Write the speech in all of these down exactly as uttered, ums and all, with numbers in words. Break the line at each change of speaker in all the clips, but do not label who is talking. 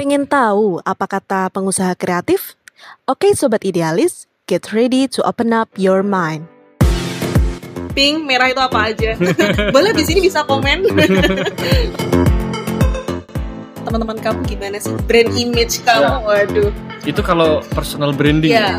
Pengen tahu apa kata pengusaha kreatif? Oke Sobat Idealis, get ready to open up your mind.
Pink, merah itu apa aja? Boleh di sini bisa komen. Teman-teman kamu gimana sih? Brand image kamu? Ya. Waduh.
Itu kalau personal branding.
Ya.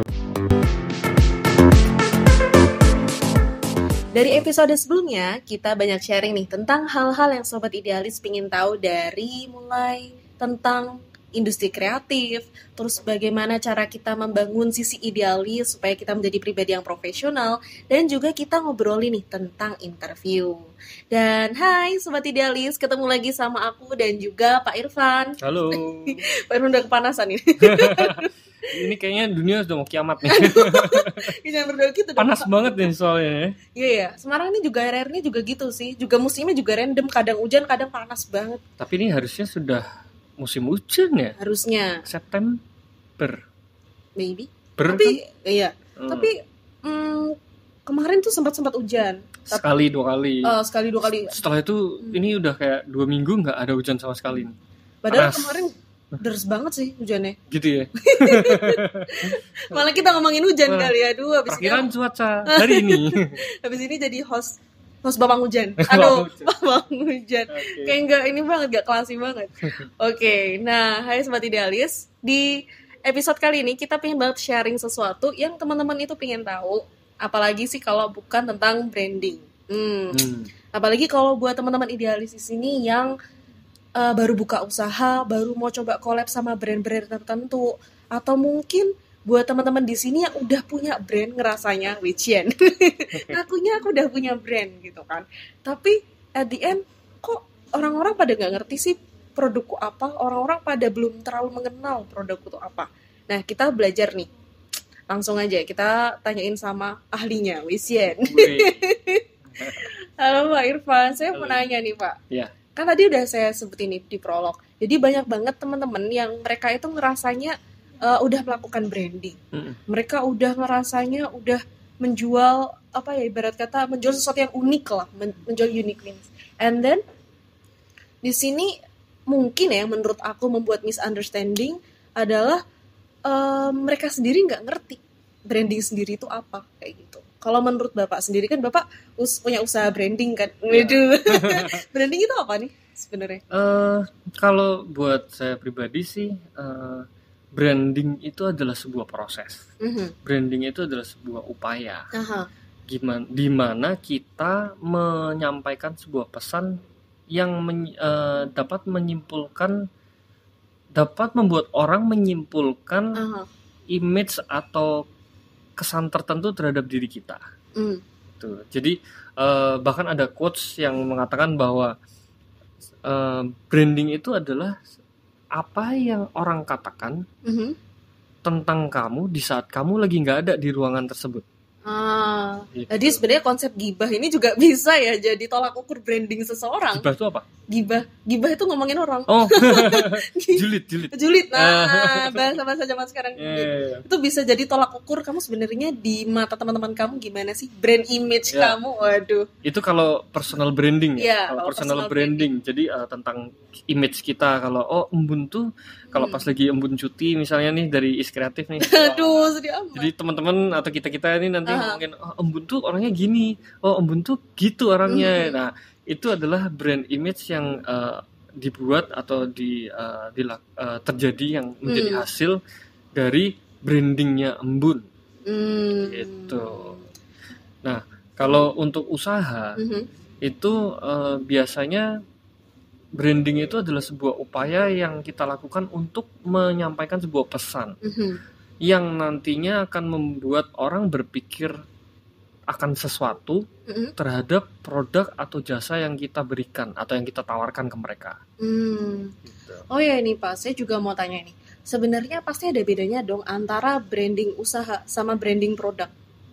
Dari episode sebelumnya, kita banyak sharing nih tentang hal-hal yang Sobat Idealis pengen tahu dari mulai tentang industri kreatif, terus bagaimana cara kita membangun sisi idealis supaya kita menjadi pribadi yang profesional, dan juga kita ngobrolin nih tentang interview. Dan hai Sobat Idealis, ketemu lagi sama aku dan juga Pak Irfan.
Halo.
Pak Irfan udah kepanasan ini.
Ini kayaknya dunia sudah mau kiamat nih.
Jangan berdoa gitu.
Panas dong, banget nih soalnya.
Iya ya, Semarang ini juga air-airnya juga gitu sih. Juga musimnya juga random, kadang hujan, kadang panas banget.
Tapi ini harusnya sudah musim hujan ya?
Harusnya.
September.
Maybe.
Ber,
Tapi
kan?
iya.
Hmm.
Tapi mm, kemarin tuh sempat-sempat hujan.
Sekali dua kali.
Uh, sekali dua kali.
Setelah itu hmm. ini udah kayak dua minggu nggak ada hujan sama sekali.
Padahal
Panas. Kemarin
deres banget sih hujannya.
Gitu ya.
Malah kita ngomongin hujan
Wah,
kali ya. Aduh, habis
perkiraan
ini
cuaca hari ini.
Habis ini jadi host host Babang Hujan. Aduh, Babang Hujan. Okay. Kayak enggak ini banget, enggak klasi banget. Oke, okay, nah, hai Sobat Idealis. Di episode kali ini kita pengen banget sharing sesuatu yang teman-teman itu pengen tahu. Apalagi sih kalau bukan tentang branding. Hmm. hmm. Apalagi kalau buat teman-teman idealis di sini yang uh, baru buka usaha, baru mau coba collab sama brand-brand tertentu, atau mungkin buat teman-teman di sini yang udah punya brand ngerasanya Wichian. Ngakunya aku udah punya brand gitu kan. Tapi at the end kok orang-orang pada nggak ngerti sih produkku apa, orang-orang pada belum terlalu mengenal produkku itu apa. Nah, kita belajar nih. Langsung aja kita tanyain sama ahlinya, Wichian. Halo Pak Irfan, saya Halo. mau nanya nih Pak.
Ya.
Kan tadi udah saya sebutin nih di prolog. Jadi banyak banget teman-teman yang mereka itu ngerasanya Uh, udah melakukan branding, mm-hmm. mereka udah ngerasanya udah menjual apa ya ibarat kata menjual sesuatu yang unik lah, men- menjual uniqueness. And then di sini mungkin ya menurut aku membuat misunderstanding adalah uh, mereka sendiri nggak ngerti branding sendiri itu apa kayak gitu. Kalau menurut Bapak sendiri kan Bapak us- punya usaha branding kan, waduh, branding itu apa nih sebenarnya?
Uh, kalau buat saya pribadi sih. Uh, Branding itu adalah sebuah proses. Mm-hmm. Branding itu adalah sebuah upaya. Uh-huh. Gimana, di mana kita menyampaikan sebuah pesan yang men, uh, dapat menyimpulkan, dapat membuat orang menyimpulkan uh-huh. image atau kesan tertentu terhadap diri kita. Mm. Tuh. Jadi uh, bahkan ada quotes yang mengatakan bahwa uh, branding itu adalah apa yang orang katakan mm-hmm. tentang kamu di saat kamu lagi nggak ada di ruangan tersebut.
Ah, gitu. Jadi sebenarnya konsep gibah ini juga bisa ya jadi tolak ukur branding seseorang.
Gibah itu apa?
Gibah, gibah itu ngomongin orang.
Oh, julid, julid.
Julid, nah bahasa-bahasa zaman sekarang. Yeah, yeah, yeah. Itu bisa jadi tolak ukur kamu sebenarnya di mata teman-teman kamu gimana sih brand image yeah. kamu. Waduh.
Itu kalau personal branding ya.
Yeah,
kalau personal, personal
branding.
branding, jadi uh, tentang image kita. Kalau oh embun tuh, kalau hmm. pas lagi embun cuti misalnya nih dari Is Kreatif nih.
Aduh, sedih amat.
Jadi teman-teman atau kita-kita ini nanti uh-huh. ngomongin oh, embun tuh orangnya gini, oh embun tuh gitu orangnya. Hmm. Nah, itu adalah brand image yang uh, dibuat atau di, uh, di uh, terjadi yang menjadi hmm. hasil dari brandingnya embun. Hmm. Gitu. Nah, kalau untuk usaha hmm. itu uh, biasanya branding itu adalah sebuah upaya yang kita lakukan untuk menyampaikan sebuah pesan mm-hmm. yang nantinya akan membuat orang berpikir akan sesuatu mm-hmm. terhadap produk atau jasa yang kita berikan atau yang kita tawarkan ke mereka. Mm.
Gitu. Oh ya ini Pak, saya juga mau tanya nih. Sebenarnya pasti ada bedanya dong antara branding usaha sama branding produk.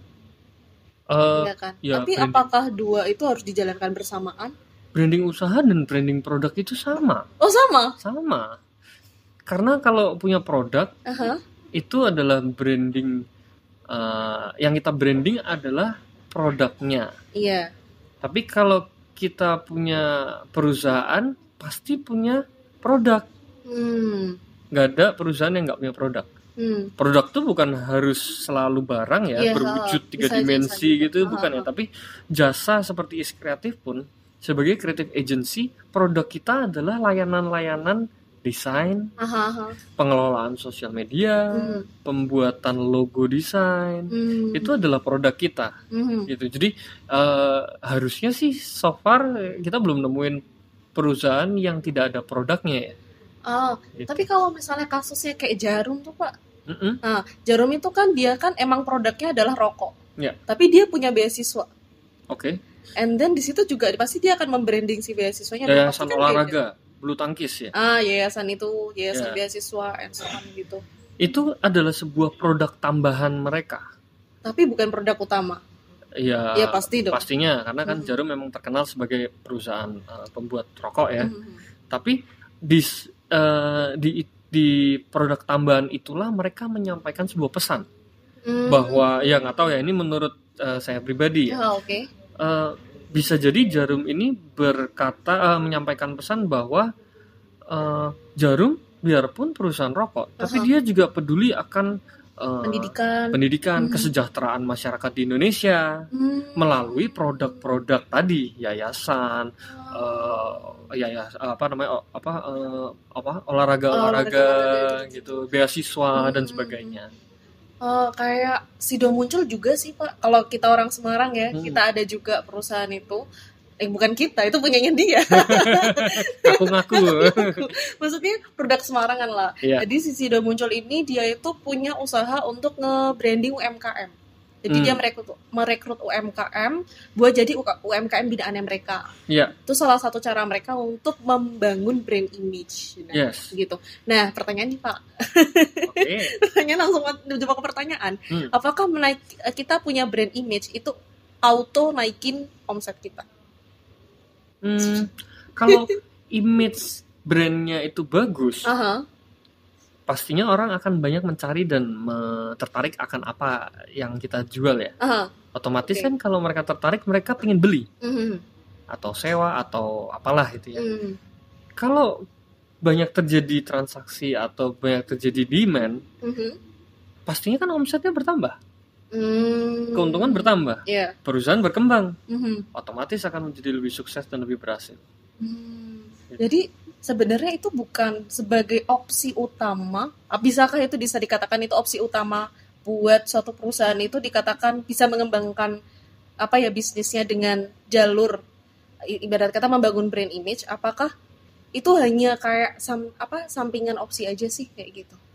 Uh,
ya kan?
Ya,
Tapi branding. Apakah dua itu harus dijalankan bersamaan?
Branding usaha dan branding produk itu sama.
Oh sama?
Sama. Karena kalau punya produk, uh-huh. itu adalah branding, uh, yang kita branding adalah produknya.
Iya.
Tapi kalau kita punya perusahaan, pasti punya produk.
Hmm.
Nggak ada perusahaan yang nggak punya produk.
Hmm.
Produk tuh bukan harus selalu barang ya,
Iya,
berwujud tiga
bisa aja,
dimensi
bisa aja.
gitu, bukan ya. Tapi jasa seperti Is Kreatif pun sebagai creative agency, produk kita adalah layanan-layanan desain,
Aha, aha.
pengelolaan sosial media,
Hmm.
pembuatan logo desain,
Hmm.
itu adalah produk kita.
Hmm.
Gitu. Jadi eh, harusnya sih so far kita belum nemuin perusahaan yang tidak ada produknya ya.
Oh,
Gitu.
tapi kalau misalnya kasusnya kayak Jarum tuh Pak,
Mm-mm.
nah Jarum itu kan dia kan emang produknya adalah rokok,
Ya.
tapi dia punya beasiswa,
Oke.
and then di situ juga pasti dia akan membranding si beasiswanya. Pasti
Yayasan
kan
olahraga, bulu tangkis ya.
beda. Ah, yayasan itu, yayasan
Ya.
beasiswa, and so on gitu.
Itu adalah sebuah produk tambahan mereka.
Tapi bukan produk utama.
Ya,
Ya pasti dong.
pastinya karena kan
Mhm.
Jarum memang terkenal sebagai perusahaan eh, pembuat rokok ya.
Mhm.
Tapi di eh, di di produk tambahan itulah mereka menyampaikan sebuah pesan
Hmm.
bahwa ya nggak tahu ya, ini menurut eh, saya pribadi ya.
Ah, oke.
Eh, bisa jadi Jarum ini berkata eh, menyampaikan pesan bahwa eh, Jarum biarpun perusahaan rokok, tapi
Aha.
dia juga peduli akan eh,
Pendidikan.
pendidikan,
Mhm.
kesejahteraan masyarakat di Indonesia
Hmm.
melalui produk-produk tadi, yayasan, eh yayas apa namanya o- apa eh, apa olahraga olahraga
Olahraga-olahraga
gitu, beasiswa dan
Hmm.
sebagainya.
Oh, kayak Sido Muncul juga sih Pak. Kalau kita orang Semarang ya,
Hmm.
kita ada juga perusahaan itu. Eh bukan kita, itu punyanya dia.
Ngaku-ngaku.
Maksudnya produk Semarang kan lah.
Iya.
Jadi si Sido Muncul ini dia itu punya usaha untuk nge-branding U M K M. Jadi
Hmm.
dia merekrut merekrut U M K M buat jadi U M K M binaannya mereka.
Iya,
Itu salah satu cara mereka untuk membangun brand image. Nah,
yes.
gitu. Nah, pertanyaan nih Pak.
Oke.
Pertanyaan langsung menjawab ke pertanyaan.
Hmm.
Apakah menaik, kita punya brand image itu auto naikin omset kita?
Hmm, kalau image brandnya itu bagus,
Aha.
pastinya orang akan banyak mencari dan me- tertarik akan apa yang kita jual ya.
Aha.
Otomatis
Oke.
kan kalau mereka tertarik, mereka pengen beli
Mhm.
atau sewa atau apalah itu ya.
Mhm.
Kalau banyak terjadi transaksi atau banyak terjadi demand,
Mhm.
pastinya kan omsetnya bertambah,
Hmm.
keuntungan bertambah,
Iya.
perusahaan berkembang,
Mhm.
otomatis akan menjadi lebih sukses dan lebih berhasil.
Hmm. Jadi sebenarnya itu bukan sebagai opsi utama. Ah, bisakah itu bisa dikatakan itu opsi utama buat suatu perusahaan itu dikatakan bisa mengembangkan apa ya bisnisnya dengan jalur i- ibarat kata membangun brand image? Apakah itu hanya kayak sam, apa sampingan opsi aja sih kayak gitu?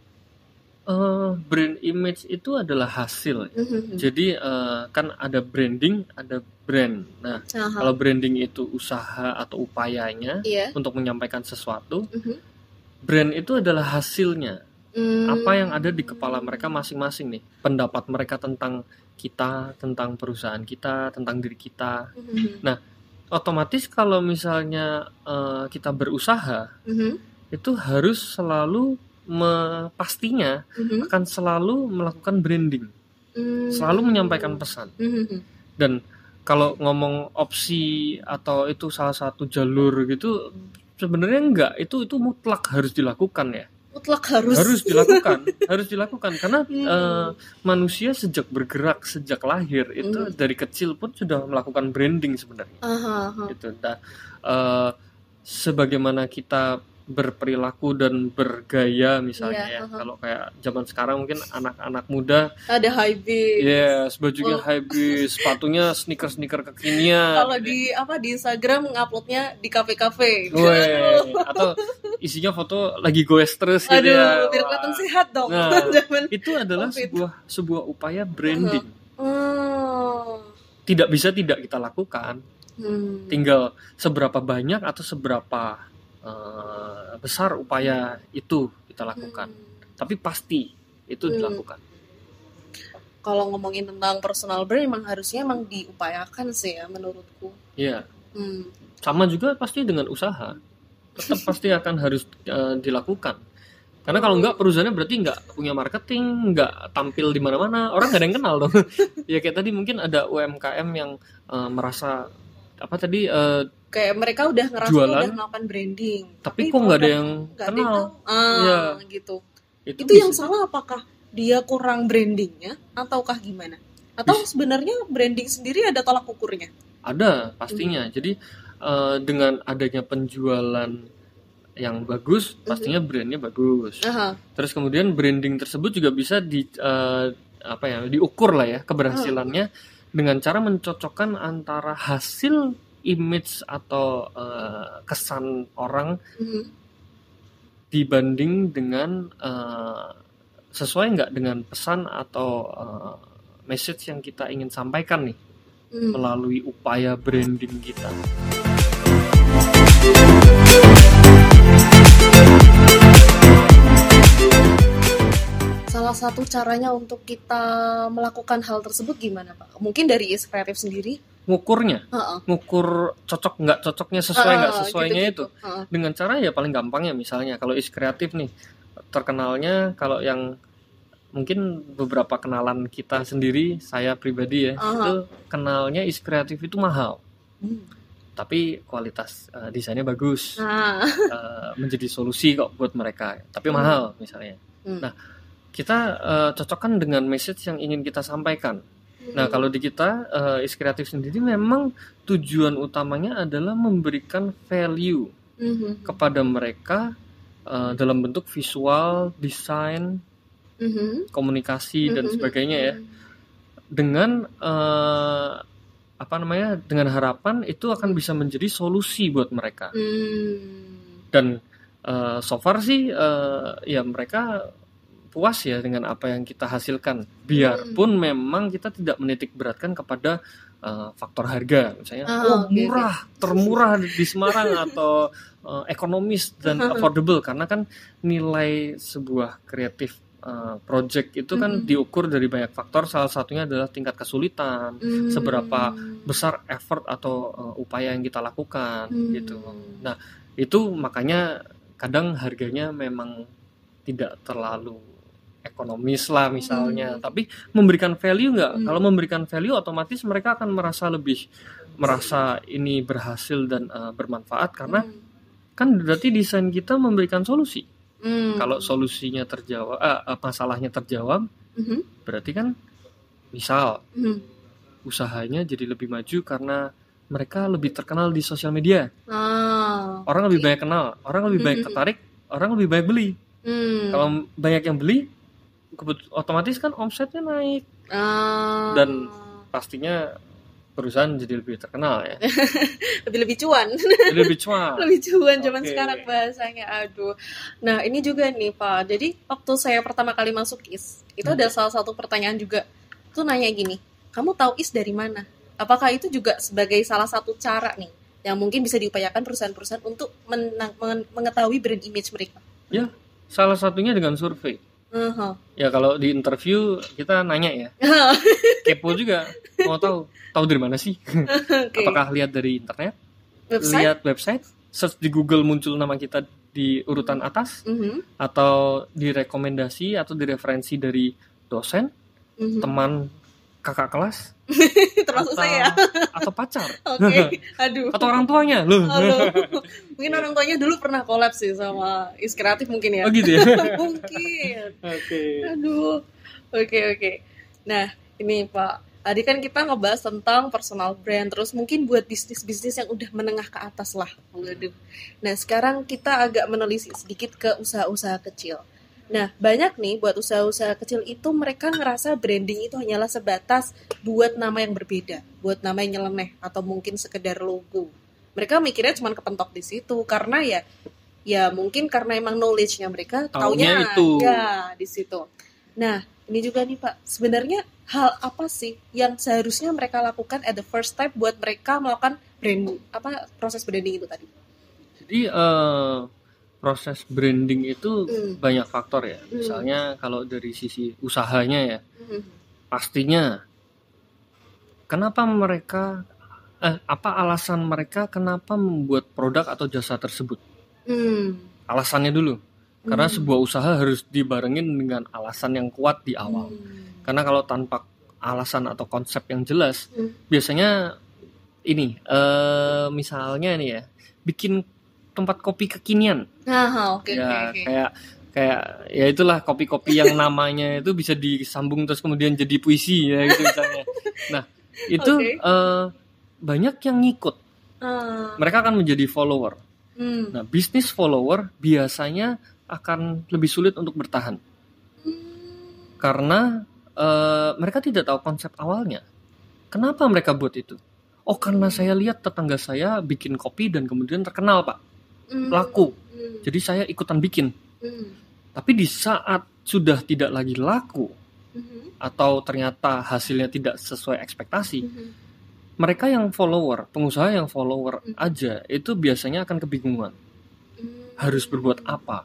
Eh, brand image itu adalah hasil.
Mhm.
Jadi eh, kan ada branding, ada brand. Nah,
Aha.
kalau branding itu usaha atau upayanya
Iya.
untuk menyampaikan sesuatu,
Mhm.
brand itu adalah hasilnya.
Hmm.
Apa yang ada di kepala mereka masing-masing nih, pendapat mereka tentang kita, tentang perusahaan kita, tentang diri kita.
Mhm.
Otomatis kalau misalnya eh, kita berusaha,
Mhm.
itu harus selalu me- pastinya
Mhm.
akan selalu melakukan branding,
Hmm.
selalu menyampaikan pesan.
Mhm.
Dan kalau ngomong opsi atau itu salah satu jalur gitu, sebenarnya enggak, itu itu mutlak harus dilakukan ya.
Mutlak harus.
Harus dilakukan, harus dilakukan karena
Hmm.
eh, manusia sejak bergerak sejak lahir itu
Hmm.
dari kecil pun sudah melakukan branding sebenarnya.
Aha, aha.
Gitu. Nah, eh, sebagaimana kita berperilaku dan bergaya misalnya
Iya,
ya.
aha.
Kalau kayak zaman sekarang mungkin anak-anak muda,
Ada high beat.
yes, bajunya
Oh.
high-beast, sepatunya sneaker-sneaker kekinian.
Kalau di apa di Instagram nguploadnya di kafe-kafe.
Weh, atau isinya foto lagi goes terus gitu
Aduh,
ya.
biar
Wah.
kelihatan sehat dong.
Nah,
Zaman.
Itu adalah
Covid.
sebuah sebuah upaya branding.
Oh.
Tidak bisa tidak kita lakukan.
Hmm.
Tinggal seberapa banyak atau seberapa eh, besar upaya itu kita lakukan.
Hmm.
Tapi pasti itu
Hmm.
dilakukan.
Kalau ngomongin tentang personal brand emang harusnya emang diupayakan sih ya menurutku.
Iya.
Hmm.
Sama juga pasti dengan usaha. Tetap pasti akan harus eh, dilakukan. Karena kalau enggak perusahaannya berarti enggak punya marketing, enggak tampil di mana-mana, orang enggak ada yang kenal dong. Ya kayak tadi mungkin ada U M K M yang eh, merasa apa tadi eh,
Kayak mereka udah ngerasa
Jualan,
udah melakukan branding,
tapi kok nggak ada yang
nggak ada yang
kenal.
tahu. Ah,
Iya.
gitu.
Itu,
Itu yang
bisa
salah apakah dia kurang brandingnya ataukah gimana? Atau sebenarnya branding sendiri ada tolak ukurnya?
ada pastinya. Jadi eh, dengan adanya penjualan yang bagus, pastinya brandnya bagus.
Aha.
Terus kemudian branding tersebut juga bisa di eh, apa ya diukur lah ya keberhasilannya dengan cara mencocokkan antara hasil image atau eh, kesan orang
Mhm.
dibanding dengan eh, sesuai nggak dengan pesan atau eh, message yang kita ingin sampaikan nih
Hmm.
melalui upaya branding kita.
Salah satu caranya untuk kita melakukan hal tersebut gimana, Pak? Mungkin dari Is Kreatif sendiri?
Ngukurnya,
Heeh.
ngukur cocok nggak cocoknya, sesuai nggak
Ah,
sesuainya
gitu-gitu.
itu.
Heeh.
Dengan cara ya paling gampang ya misalnya kalau Is Kreatif nih terkenalnya kalau yang mungkin beberapa kenalan kita sendiri, saya pribadi ya,
Aha.
itu kenalnya Is Kreatif itu mahal,
Hmm.
tapi kualitas eh, desainnya bagus,
Nah.
eh, menjadi solusi kok buat mereka, tapi mahal misalnya.
Hmm.
Nah, kita eh, cocokkan dengan message yang ingin kita sampaikan. Nah, kalau di kita eh, Is Kreatif sendiri memang tujuan utamanya adalah memberikan value
Mhm.
kepada mereka eh, dalam bentuk visual, desain,
Mhm.
komunikasi dan
Mhm.
sebagainya ya. Dengan eh, apa namanya? Dengan harapan itu akan bisa menjadi solusi buat mereka.
Hmm.
Dan eh, so far sih eh, ya mereka puas ya dengan apa yang kita hasilkan. Biarpun memang kita tidak menitik beratkan kepada eh, faktor harga, misalnya
Ah,
oh
oke,
murah, termurah di Semarang atau eh, ekonomis dan affordable, karena kan nilai sebuah kreatif eh, project itu kan
Mhm.
diukur dari banyak faktor. Salah satunya adalah tingkat kesulitan,
Hmm.
seberapa besar effort atau eh, upaya yang kita lakukan
Hmm.
gitu. Nah, itu makanya kadang harganya memang tidak terlalu ekonomis lah misalnya,
Hmm.
tapi memberikan value nggak?
Hmm.
Kalau memberikan value otomatis mereka akan merasa lebih merasa ini berhasil dan eh, bermanfaat karena
Hmm.
kan berarti desain kita memberikan solusi.
Hmm.
Kalau solusinya terjawab, eh, eh, masalahnya terjawab,
Mhm.
berarti kan misal
Mhm.
usahanya jadi lebih maju karena mereka lebih terkenal di sosial media.
Ah.
Orang lebih banyak kenal, orang lebih banyak tertarik, orang lebih banyak beli.
Hmm.
Kalau banyak yang beli, kebut- otomatis kan omsetnya naik.
Ah.
Dan pastinya perusahaan jadi lebih terkenal ya.
lebih lebih cuan.
Jadi lebih cuan.
lebih cuan zaman
Oke.
sekarang bahasanya. Aduh. Nah, ini juga nih, Pak. Jadi waktu saya pertama kali masuk Is, itu
Hmm.
ada salah satu pertanyaan juga. Tuh nanya gini, kamu tahu Is dari mana? Apakah itu juga sebagai salah satu cara nih yang mungkin bisa diupayakan perusahaan-perusahaan untuk menang- men- mengetahui brand image mereka?
Ya, salah satunya dengan survei.
Aha.
Ya kalau di interview kita nanya ya, kepo juga, mau tahu, tahu dari mana sih?
Oke.
Apakah lihat dari internet,
Website?
lihat website, search di Google muncul nama kita di urutan atas,
Mhm.
atau direkomendasi atau direferensi dari dosen,
Mhm.
teman kakak kelas,
Termasuk
atau,
saya.
atau pacar,
Oke. Aduh.
atau orang tuanya, loh.
Halo. Mungkin orang tuanya dulu pernah collab sih sama Is Kreatif mungkin ya.
Oh gitu ya.
Mungkin.
Oke.
Aduh. Oke, oke. Nah, ini Pak. Tadi kan kita ngebahas tentang personal brand, terus mungkin buat bisnis-bisnis yang udah menengah ke atas lah. Waduh. Nah, sekarang kita agak menelisik sedikit ke usaha-usaha kecil. Nah, banyak nih buat usaha-usaha kecil itu mereka ngerasa branding itu hanyalah sebatas buat nama yang berbeda, buat nama yang nyeleneh, atau mungkin sekedar logo. Mereka mikirnya cuma kepentok di situ karena ya ya mungkin karena emang knowledge-nya mereka
Taunya
taunya
itu.
ya di situ. Nah, ini juga nih Pak, sebenarnya hal apa sih yang seharusnya mereka lakukan at the first step buat mereka melakukan brand apa proses branding itu tadi?
Jadi eh, proses branding itu
Hmm.
banyak faktor ya.
Hmm.
Misalnya kalau dari sisi usahanya ya,
Mhm.
pastinya kenapa mereka eh apa alasan mereka kenapa membuat produk atau jasa tersebut?
Hmm.
Alasannya dulu. Karena
Hmm.
sebuah usaha harus dibarengin dengan alasan yang kuat di awal.
Hmm.
Karena kalau tanpa alasan atau konsep yang jelas,
Hmm.
biasanya ini uh, misalnya nih ya, bikin tempat kopi kekinian.
Nah, oke okay,
ya,
okay, okay.
kayak kayak ya itulah kopi-kopi yang namanya itu bisa disambung terus kemudian jadi puisi ya gitu misalnya. Nah, itu okay. uh, banyak yang ngikut. Uh. Mereka akan menjadi follower. Hmm. Nah, bisnis follower biasanya akan lebih sulit untuk bertahan. Hmm. Karena uh, mereka tidak tahu konsep awalnya. Kenapa mereka buat itu? Oh, karena saya lihat tetangga saya bikin kopi dan kemudian terkenal, Pak. Mm. Laku. Mm. Jadi saya ikutan bikin. Mm. Tapi di saat sudah tidak lagi laku, mm-hmm. atau ternyata hasilnya tidak sesuai ekspektasi, mm-hmm. mereka yang follower, pengusaha yang follower mm. aja, itu biasanya akan kebingungan. Mm. Harus berbuat apa?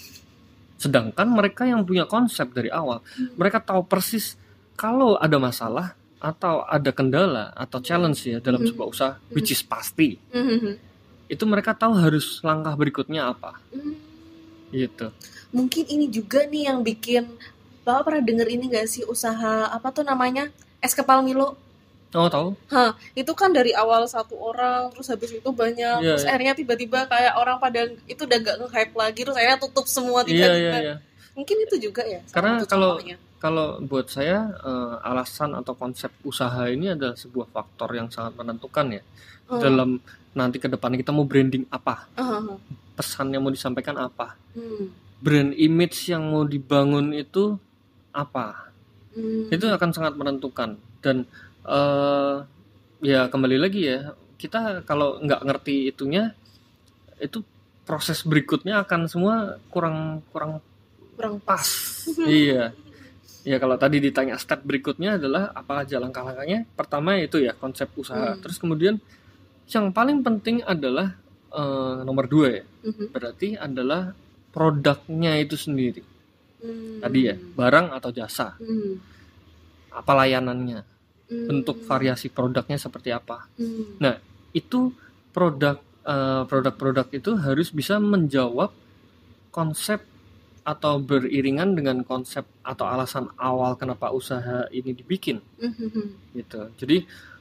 Sedangkan mereka yang punya konsep dari awal, mm. mereka tahu persis kalau ada masalah, atau ada kendala atau challenge ya dalam mm-hmm. sebuah usaha, mm-hmm. which is pasti, mm-hmm. itu mereka tahu harus langkah berikutnya apa, mm-hmm. gitu.
Mungkin ini juga nih yang bikin, Bapak pernah denger ini nggak sih usaha apa tuh namanya es kepal Milo?
Oh tahu.
Hah, itu kan dari awal satu orang, terus habis itu banyak, yeah, terus yeah. akhirnya tiba-tiba kayak orang pada itu udah gak nge-hype lagi, terus akhirnya tutup semua tiba-tiba. Yeah, yeah, yeah. Mungkin itu juga ya.
Karena kalau contohnya. Kalau buat saya uh, alasan atau konsep usaha ini adalah sebuah faktor yang sangat menentukan ya uh. dalam nanti ke depan kita mau branding apa, uh. pesan yang mau disampaikan apa, hmm. brand image yang mau dibangun itu apa, hmm. itu akan sangat menentukan. Dan uh, ya kembali lagi ya, kita kalau nggak ngerti itunya, itu proses berikutnya akan semua kurang kurang
kurang pas.
Iya. Ya kalau tadi ditanya step berikutnya adalah apa aja langkah-langkahnya. Pertama itu ya konsep usaha. Hmm. Terus kemudian yang paling penting adalah uh, nomor dua ya. Hmm. Berarti adalah produknya itu sendiri. Hmm. Tadi ya barang atau jasa. Hmm. Apa layanannya. Hmm. Bentuk variasi produknya seperti apa. Hmm. Nah itu produk uh, produk-produk itu harus bisa menjawab konsep atau beriringan dengan konsep atau alasan awal kenapa usaha ini dibikin, mm-hmm. gitu. Jadi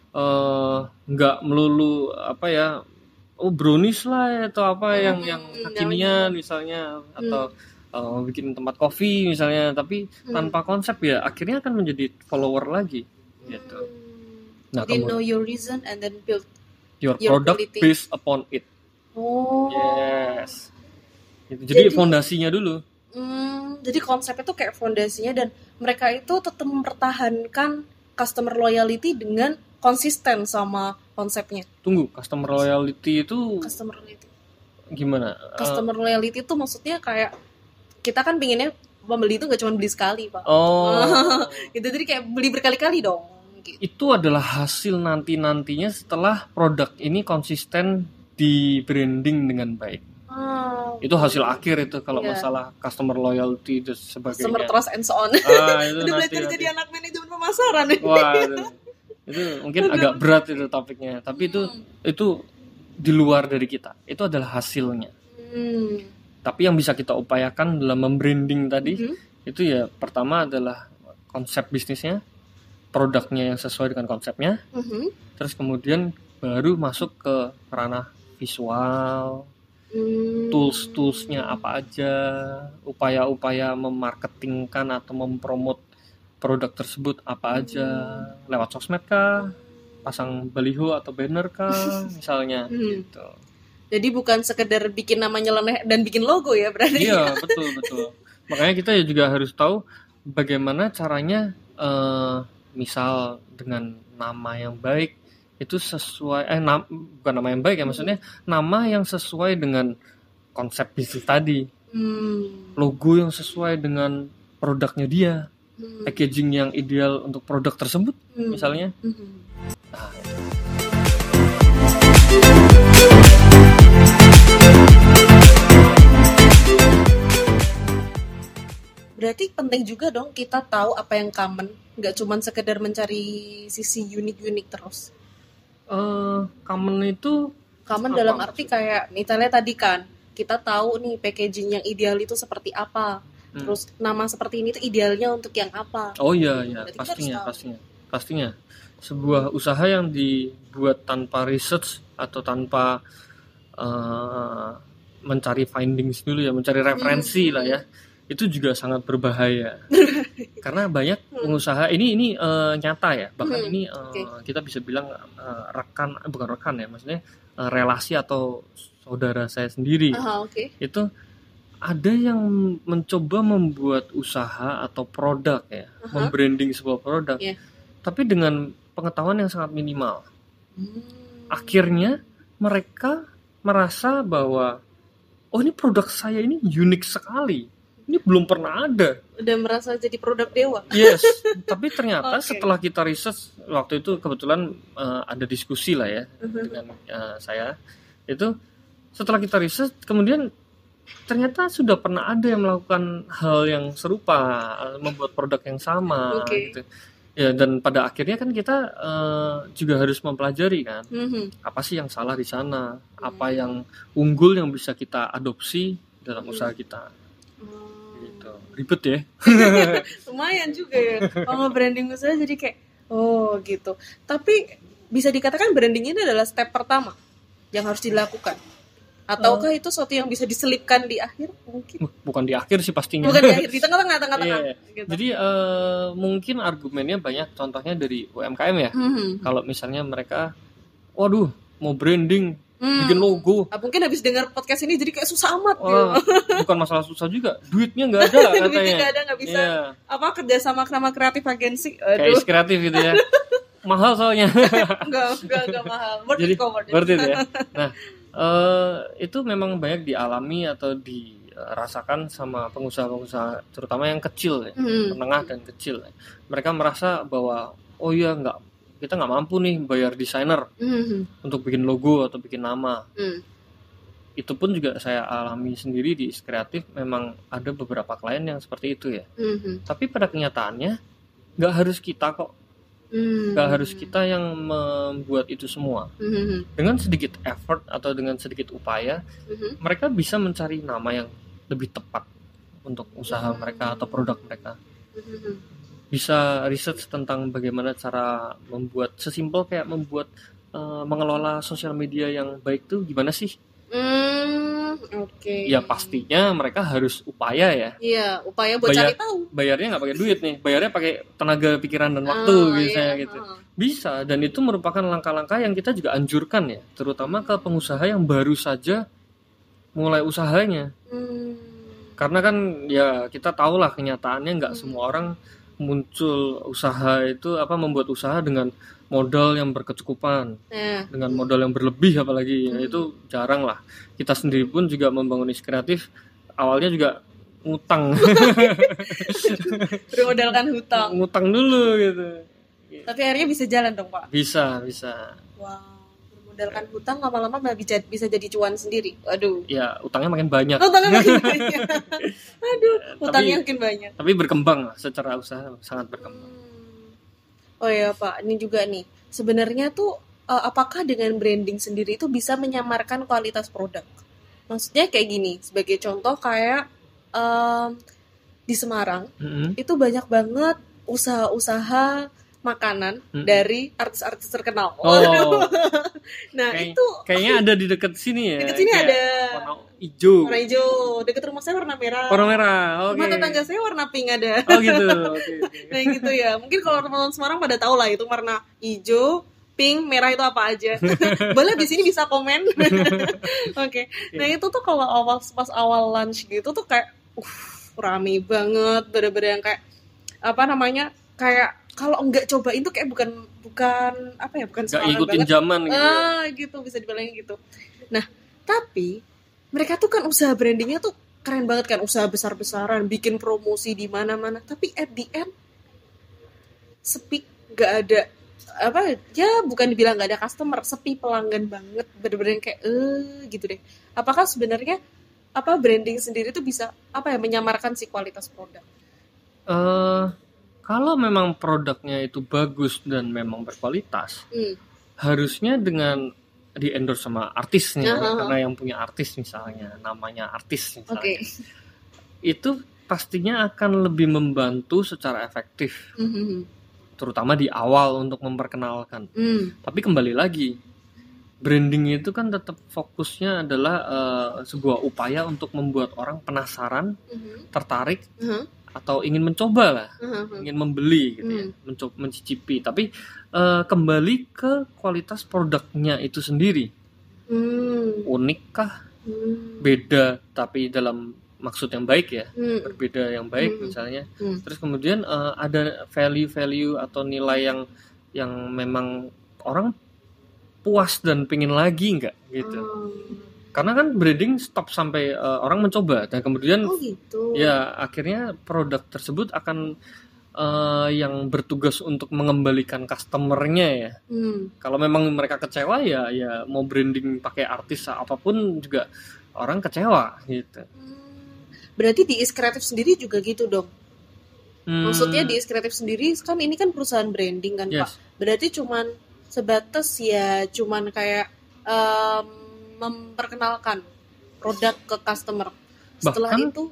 nggak uh, melulu apa ya, oh brownies lah atau apa mm-hmm. yang yang kekinian misalnya, atau mm. uh, bikin tempat kopi misalnya, tapi mm. tanpa konsep ya akhirnya akan menjadi follower lagi, gitu.
Nah, Jadi know your reason and then build
your, your product quality. Based upon it.
Oh.
Yes. Gitu. Jadi, Jadi fondasinya dulu.
Hmm, jadi konsepnya tuh kayak fondasinya, dan mereka itu tetap mempertahankan customer loyalty dengan konsisten sama konsepnya.
Tunggu, customer loyalty itu
customer loyalty
gimana?
Customer uh, loyalty itu maksudnya kayak kita kan pinginnya pembeli itu nggak cuma beli sekali, Pak.
Oh.
Gitu, jadi kayak beli berkali-kali dong. Gitu.
Itu adalah hasil nanti-nantinya setelah produk ini konsisten di branding dengan baik. Oh, itu hasil okay. akhir itu kalau yeah. masalah customer loyalty itu sebagainya.
Customer trust and so on.
Ah, itu
udah belajar jadi anak manajemen pemasaran.
Wah, itu, itu mungkin agak berat itu topiknya, tapi itu hmm. itu di luar dari kita. Itu adalah hasilnya. Hmm. Tapi yang bisa kita upayakan dalam membranding tadi, hmm. itu ya pertama adalah konsep bisnisnya, produknya yang sesuai dengan konsepnya, hmm. terus kemudian baru masuk ke ranah visual. Hmm. Tools-toolsnya apa aja, upaya-upaya memarketingkan atau mempromot produk tersebut apa aja, hmm. lewat sosmed kah, pasang baliho atau banner kah, misalnya, hmm. gitu.
Jadi bukan sekedar bikin nama nyeleneh dan bikin logo ya berarti.
Iya betul betul. Makanya kita juga harus tahu bagaimana caranya, uh, misal dengan nama yang baik. Itu sesuai eh nam, bukan nama yang baik ya, maksudnya nama yang sesuai dengan konsep bisnis tadi, hmm. logo yang sesuai dengan produknya dia, hmm. packaging yang ideal untuk produk tersebut, hmm. misalnya. Hmm. Nah,
berarti penting juga dong kita tahu apa yang common, nggak cuma sekedar mencari sisi unik-unik terus.
Uh, common itu
common dalam arti kayak misalnya tadi kan kita tahu nih packaging yang ideal itu seperti apa, hmm. terus nama seperti ini tuh idealnya untuk yang apa.
Oh iya iya pastinya pastinya. pastinya. Sebuah usaha yang dibuat tanpa research atau tanpa uh, mencari findings dulu ya, mencari referensi hmm. lah ya, itu juga sangat berbahaya. Karena banyak pengusaha ini ini uh, nyata ya, bahkan hmm. ini uh, okay. kita bisa bilang uh, rekan bukan rekan ya, maksudnya uh, relasi atau saudara saya sendiri.
Uh, okay.
Itu ada yang mencoba membuat usaha atau produk ya, uh-huh. membranding sebuah produk, yeah. tapi dengan pengetahuan yang sangat minimal. Hmm. Akhirnya mereka merasa bahwa oh ini produk saya ini unik sekali, ini belum pernah ada.
Udah merasa jadi produk dewa.
Yes, tapi ternyata okay. setelah kita research, waktu itu kebetulan uh, ada diskusi lah ya uh-huh. dengan uh, saya, itu setelah kita research kemudian ternyata sudah pernah ada yang melakukan hal yang serupa, membuat produk yang sama,
okay.
gitu. Ya, dan pada akhirnya kan kita uh, juga harus mempelajari kan, mm-hmm. apa sih yang salah di sana, mm-hmm. apa yang unggul yang bisa kita adopsi dalam mm-hmm. usaha kita. Mm. Gitu. Ribet ya.
Lumayan juga ya. Kalau branding usaha jadi kayak, oh gitu. Tapi bisa dikatakan branding ini adalah step pertama yang harus dilakukan. Ataukah uh, itu sesuatu yang bisa diselipkan di akhir mungkin?
Bukan di akhir sih pastinya.
Bukan di akhir, di tengah-tengah, tengah-tengah.
Yeah. Gitu. Jadi uh, mungkin argumennya banyak, contohnya dari U M K M ya. Mm-hmm. Kalau misalnya mereka, waduh, mau branding, mm. bikin logo.
Ah, mungkin habis dengar podcast ini jadi kayak susah amat.
Wah, gitu. Bukan masalah susah juga, duitnya nggak ada katanya.
Duitnya nggak ada, nggak bisa. Yeah. Apa kerja sama sama kreatif agensi?
Kayak kreatif gitu ya. Mahal soalnya.
Enggak, enggak, enggak mahal. Worth
jadi,
it kok, worth it.
Worth it ya. Nah. Uh, itu memang banyak dialami atau dirasakan sama pengusaha-pengusaha terutama yang kecil ya, mm. menengah dan kecil ya. Mereka merasa bahwa oh iya nggak, kita nggak mampu nih bayar desainer mm. untuk bikin logo atau bikin nama. Mm. Itu pun juga saya alami sendiri di Kreatif, memang ada beberapa klien yang seperti itu ya. Mm-hmm. Tapi pada kenyataannya nggak harus kita kok. Hmm. Gak harus kita yang membuat itu semua. hmm. Dengan sedikit effort atau dengan sedikit upaya, hmm. mereka bisa mencari nama yang lebih tepat untuk usaha hmm. mereka atau produk mereka. hmm. Bisa research tentang bagaimana cara membuat, sesimpel kayak membuat uh, mengelola sosial media yang baik tuh gimana sih.
Hmm, oke. Okay.
Ya pastinya mereka harus upaya ya.
Iya, upaya buat Bayar, cari tahu.
Bayarnya nggak pakai duit nih, bayarnya pakai tenaga pikiran dan waktu oh, gitu iya, gitu. Oh. Bisa, dan itu merupakan langkah-langkah yang kita juga anjurkan ya, terutama ke pengusaha yang baru saja mulai usahanya. Hmm. Karena kan ya kita tahulah kenyataannya nggak hmm. semua orang muncul usaha itu apa membuat usaha dengan modal yang berkecukupan, eh. dengan modal yang berlebih apalagi, hmm. ya itu jarang lah. Kita sendiri pun juga membangun Kreatif awalnya juga ngutang,
bermodalkan hutang,
ngutang dulu gitu.
Tapi akhirnya bisa jalan dong Pak?
Bisa, bisa.
Wow, bermodalkan hutang lama-lama bisa bisa jadi cuan sendiri. Aduh.
Ya utangnya makin banyak.
Utangnya makin banyak. Aduh, utangnya
tapi,
makin banyak.
Tapi berkembang lah, secara usaha sangat berkembang. Hmm.
Oh ya Pak, ini juga nih. Sebenarnya tuh uh, apakah dengan branding sendiri itu bisa menyamarkan kualitas produk? Maksudnya kayak gini, sebagai contoh kayak um, di Semarang mm-hmm. itu banyak banget usaha-usaha makanan mm-hmm. dari artis-artis terkenal.
Oh.
Nah
Kay-
itu
kayaknya ada di dekat sini ya.
Dekat sini ada
warna hijau.
Warna hijau. Dekat rumah saya warna merah.
Warna merah. Oke.
Okay. Rumah tetangga saya warna pink ada.
Oh gitu. Okay, okay.
Nah gitu ya. Mungkin kalau teman-teman Semarang pada tahu lah itu warna hijau, pink, merah itu apa aja. Boleh di sini bisa komen. Oke. Okay. Nah itu tuh kalau awal pas awal lunch gitu tuh kayak, uh, rame banget. Bener-bener yang kayak apa namanya kayak kalau enggak cobain tuh kayak bukan bukan apa ya bukan
nggak ikutin banget. Zaman gitu.
Ah gitu bisa dibilangin gitu. Nah tapi mereka tuh kan usaha brandingnya tuh keren banget kan, usaha besar-besaran, bikin promosi di mana-mana. Tapi at the end sepi, nggak ada apa ya bukan dibilang nggak ada customer, sepi pelanggan banget, bener-bener kayak eh gitu deh. Apakah sebenarnya apa branding sendiri tuh bisa apa ya menyamarkan si kualitas produk?
Eh uh... Kalau memang produknya itu bagus dan memang berkualitas, hmm. harusnya dengan di endorse sama artisnya, uh-huh. karena yang punya artis misalnya, namanya artis misalnya, okay. itu pastinya akan lebih membantu secara efektif. Uh-huh. terutama di awal untuk memperkenalkan.
Hmm.
Tapi kembali lagi, branding itu kan tetap fokusnya adalah uh, sebuah upaya untuk membuat orang penasaran,
Mhm.
tertarik,
Mhm.
atau ingin mencoba lah,
Mhm.
ingin membeli gitu ya,
Hmm.
mencoba, mencicipi. Tapi uh, kembali ke kualitas produknya itu sendiri,
Hmm.
unik kah,
Hmm.
beda tapi dalam maksud yang baik ya,
Hmm.
berbeda yang baik
Hmm.
misalnya.
Hmm.
Terus kemudian uh, ada value-value atau nilai yang yang memang orang puas dan pengen lagi nggak gitu.
Oh.
Karena kan branding stop sampai uh, orang mencoba dan kemudian
Oh gitu.
ya akhirnya produk tersebut akan uh, yang bertugas untuk mengembalikan customernya ya.
Hmm.
Kalau memang mereka kecewa ya ya mau branding pakai artis apapun juga orang kecewa gitu.
Hmm. Berarti di Is Kreatif sendiri juga gitu dong.
Hmm,
Maksudnya di Is Kreatif sendiri kan ini kan perusahaan branding kan
yes.
Pak. Berarti cuman sebatas ya cuman kayak em, memperkenalkan produk ke customer. Setelah
Bahkan-
itu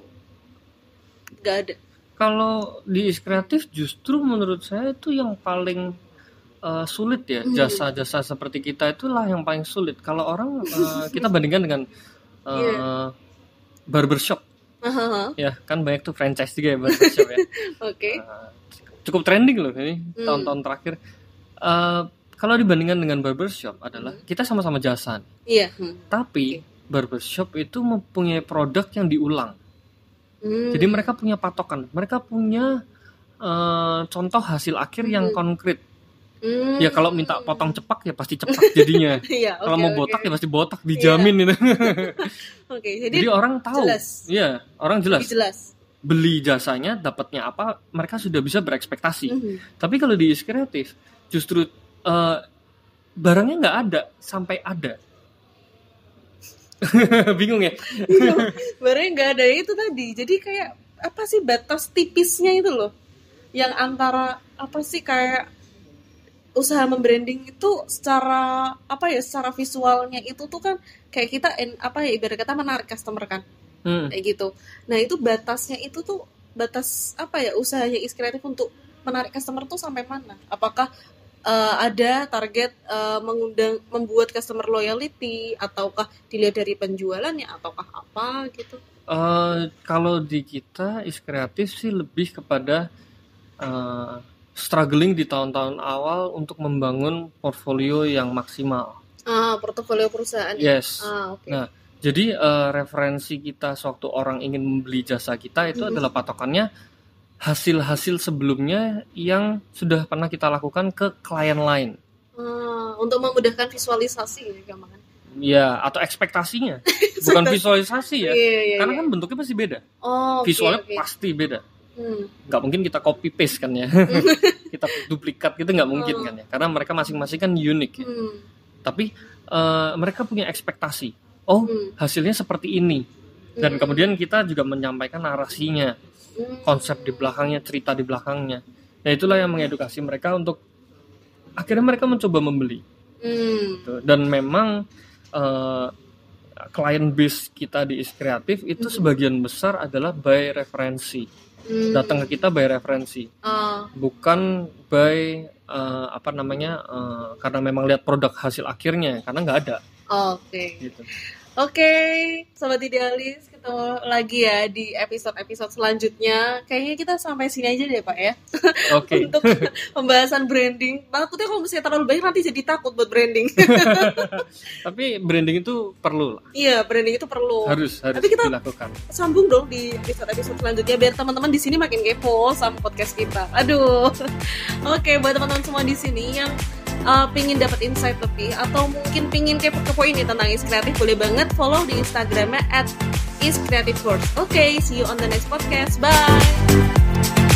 nggak ada.
Kalau di Is Kreatif justru menurut saya itu yang paling uh, sulit ya.
Hmm.
Jasa-jasa seperti kita itulah yang paling sulit. Kalau orang uh, kita bandingkan dengan uh,
Iya.
barbershop
Hahaha.
ya, kan banyak tuh franchise juga ya barbershop ya.
Oke.
Uh, cukup trending loh ini
Hmm.
tahun-tahun terakhir. Uh, kalau dibandingkan dengan barbershop adalah
Hmm.
kita sama-sama jasa,
Iya. Hmm.
tapi barbershop itu mempunyai produk yang diulang.
Hmm.
Jadi mereka punya patokan, mereka punya uh, contoh hasil akhir yang
Hmm.
konkret.
Hmm.
Ya kalau minta potong cepak ya pasti cepak jadinya.
Iya,
Kalau
oke,
mau
oke.
botak ya pasti botak, dijamin itu.
Oke, jadi,
Jadi orang tahu.
jelas.
Iya, orang jelas.
lebih jelas.
Beli jasanya, dapatnya apa, mereka sudah bisa berekspektasi.
Mhm.
Tapi kalau di Is Kreatif justru uh, barangnya nggak ada sampai ada. Bingung ya?
Iya, barangnya nggak ada itu tadi. Jadi kayak apa sih batas tipisnya itu loh, yang antara apa sih kayak usaha membranding itu secara apa ya, secara visualnya itu tuh kan kayak kita en- apa ya ibarat kata menarik customer kan,
Hmm.
kayak gitu. Nah itu batasnya itu tuh batas apa ya usahanya Is Kreatif untuk menarik customer tuh sampai mana? Apakah eh, ada target eh, mengundang membuat customer loyalty ataukah dilihat dari penjualannya ataukah apa gitu?
Uh, kalau di kita Is Kreatif sih lebih kepada uh, struggling di tahun-tahun awal untuk membangun portfolio yang maksimal.
Ah, portofolio perusahaan.
Yes.
Ah, oke.
Nah, jadi uh, referensi kita sewaktu orang ingin membeli jasa kita itu
Mhm.
adalah patokannya hasil-hasil sebelumnya yang sudah pernah kita lakukan ke klien lain.
Ah, untuk memudahkan visualisasi gitu gampangan.
Ya, atau ekspektasinya. Bukan visualisasi ya.
Iya, iya,
Karena
iya.
kan bentuknya pasti beda.
Oh, oke,
Visualnya
oke.
pasti beda.
Hmm.
Nggak mungkin kita copy paste kan ya. Kita duplikat gitu nggak mungkin kan ya. Karena mereka masing-masing kan unik ya.
Hmm.
Tapi eh, mereka punya ekspektasi. Oh,
Hmm.
hasilnya seperti ini. Dan
Hmm.
kemudian kita juga menyampaikan narasinya,
Hmm.
konsep di belakangnya, cerita di belakangnya. Nah, itulah yang mengedukasi mereka untuk akhirnya mereka mencoba membeli.
Hmm.
Gitu. Dan memang eh, client base kita di Is Kreatif itu
Mhm.
sebagian besar adalah by referensi.
Hmm.
Datang ke kita by referensi.
Ah,
Bukan by eh, apa namanya eh, karena memang lihat produk hasil akhirnya, karena nggak ada
oke.
gitu.
Oke, sobat idealis, ketemu lagi ya di episode-episode selanjutnya. Kayaknya kita sampai sini aja deh, Pak ya.
Oke.
Untuk pembahasan branding. Takutnya kalau misalnya terlalu banyak nanti jadi takut buat branding.
Tapi branding itu perlu lah.
Iya, branding itu perlu.
harus harus
Tapi kita-
dilakukan.
Sambung dong di episode-episode selanjutnya biar teman-teman di sini makin kepo sama podcast kita. Aduh. Oke, buat teman-teman semua di sini yang uh, pingin dapat insight lebih atau mungkin pingin kepo-kepo ini tentang Is Kreatif, boleh banget follow di Instagramnya at Is Creative Works. Oke, see you on the next podcast. Bye.